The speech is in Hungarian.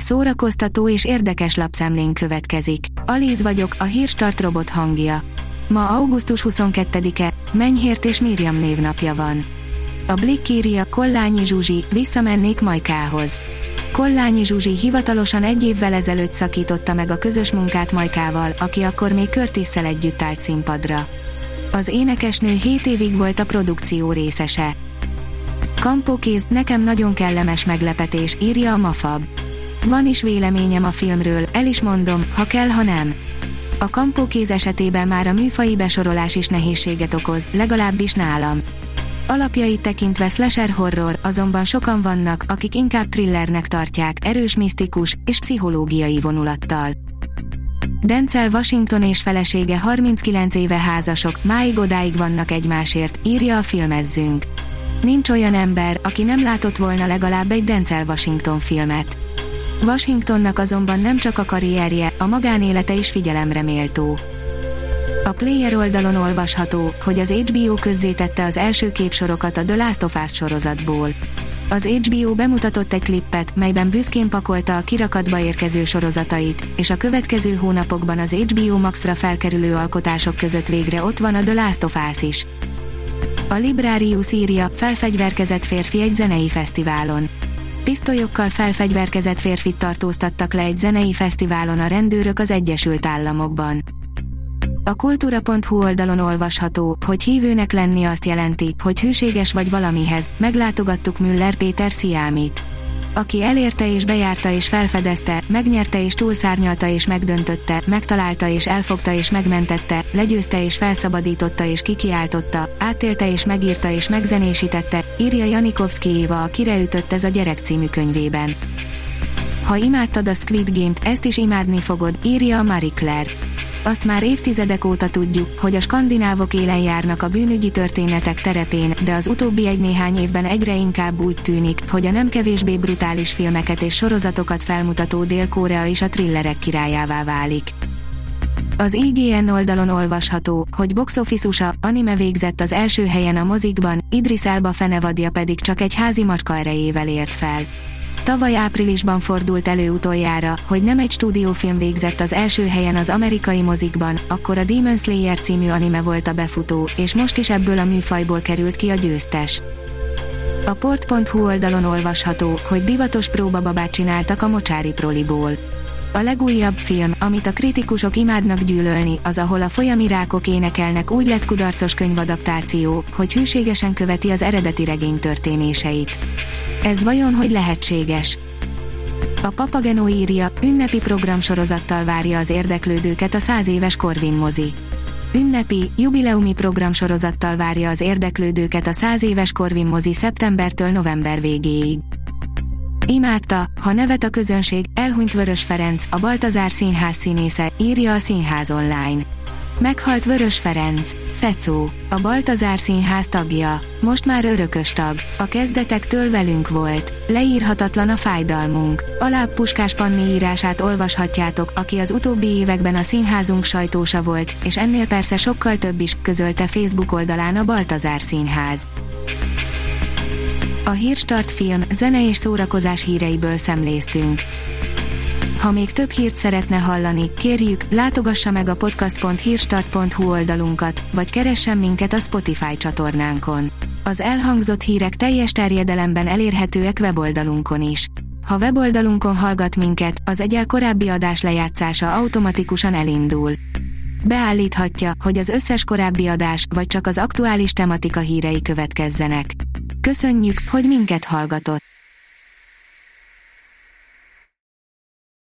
szórakoztató és érdekes lapszemlén következik. Alíz vagyok, a Hírstart robot hangja. Ma augusztus 22-e, Menyhért és Mirjam névnapja van. A Blick írja, Kollányi Zsuzsi, visszamennék Majkához. Kollányi Zsuzsi hivatalosan 1 évvel ezelőtt szakította meg a közös munkát Majkával, aki akkor még Curtisszel együtt állt színpadra. Az énekesnő 7 évig volt a produkció részese. Kampókéz, nekem nagyon kellemes meglepetés, írja a Mafab. Van is véleményem a filmről, el is mondom, ha kell, ha nem. A Kampókéz esetében már a műfaji besorolás is nehézséget okoz, legalábbis nálam. Alapjait tekintve slasher horror, azonban sokan vannak, akik inkább thrillernek tartják, erős misztikus és pszichológiai vonulattal. Denzel Washington és felesége 39 éve házasok, máig odáig vannak egymásért, írja a Filmezzünk. Nincs olyan ember, aki nem látott volna legalább egy Denzel Washington filmet. Washingtonnak azonban nem csak a karrierje, a magánélete is figyelemre méltó. A Player oldalon olvasható, hogy az HBO közzétette az első képsorokat a The Last of Us sorozatból. Az HBO bemutatott egy klippet, melyben büszkén pakolta a kirakatba érkező sorozatait, és a következő hónapokban az HBO Max-ra felkerülő alkotások között végre ott van a The Last of Us is. A Librarius írja, felfegyverkezett férfi egy zenei fesztiválon. Pisztolyokkal felfegyverkezett férfit tartóztattak le egy zenei fesztiválon a rendőrök az Egyesült Államokban. A kultúra.hu oldalon olvasható, hogy hívőnek lenni azt jelenti, hogy hűséges vagy valamihez. Meglátogattuk Müller Péter Sziámit. Aki elérte és bejárta és felfedezte, megnyerte és túlszárnyalta és megdöntötte, megtalálta és elfogta és megmentette, legyőzte és felszabadította és kikiáltotta, átélte és megírta és megzenésítette, írja Janikovszki Éva a Kire ütött ez a gyerek című könyvében. Ha imádtad a Squid Game-t, ezt is imádni fogod, írja a Marie Claire. Azt már évtizedek óta tudjuk, hogy a skandinávok élen járnak a bűnügyi történetek terepén, de az utóbbi néhány évben egyre inkább úgy tűnik, hogy a nem kevésbé brutális filmeket és sorozatokat felmutató Dél-Korea is a thrillerek királyává válik. Az IGN oldalon olvasható, hogy Box Office USA anime végzett az első helyen a mozikban, Idris Elba fenevadja pedig csak egy házi macska erejével ért fel. Tavaly áprilisban fordult elő utoljára, hogy nem egy stúdiófilm végzett az első helyen az amerikai mozikban, akkor a Demon Slayer című anime volt a befutó, és most is ebből a műfajból került ki a győztes. A port.hu oldalon olvasható, hogy divatos próbababát csináltak a mocsári proliból. A legújabb film, amit a kritikusok imádnak gyűlölni, az ahol a folyami rákok énekelnek úgy lett kudarcos könyvadaptáció, hogy hűségesen követi az eredeti regény történéseit. Ez vajon hogy lehetséges? A Papageno írja, ünnepi programsorozattal várja az érdeklődőket a 100 éves Corvin mozi. Ünnepi, jubileumi programsorozattal várja az érdeklődőket a 100 éves Corvin mozi szeptembertől november végéig. Imádta, ha nevet a közönség, elhunyt Vörös Ferenc, a Baltazár Színház színésze, írja a Színház online. Meghalt Vörös Ferenc, Fecó, a Baltazár Színház tagja, most már örökös tag, a kezdetektől velünk volt, leírhatatlan a fájdalmunk. Alább Puskás Panni írását olvashatjátok, aki az utóbbi években a színházunk sajtósa volt, és ennél persze sokkal több is, közölte Facebook oldalán a Baltazár Színház. A Hírstart film, zene és szórakozás híreiből szemléztünk. Ha még több hírt szeretne hallani, kérjük, látogassa meg a podcast.hírstart.hu oldalunkat, vagy keressen minket a Spotify csatornánkon. Az elhangzott hírek teljes terjedelemben elérhetőek weboldalunkon is. Ha weboldalunkon hallgat minket, az egyel korábbi adás lejátszása automatikusan elindul. Beállíthatja, hogy az összes korábbi adás, vagy csak az aktuális tematika hírei következzenek. Köszönjük, hogy minket hallgatott!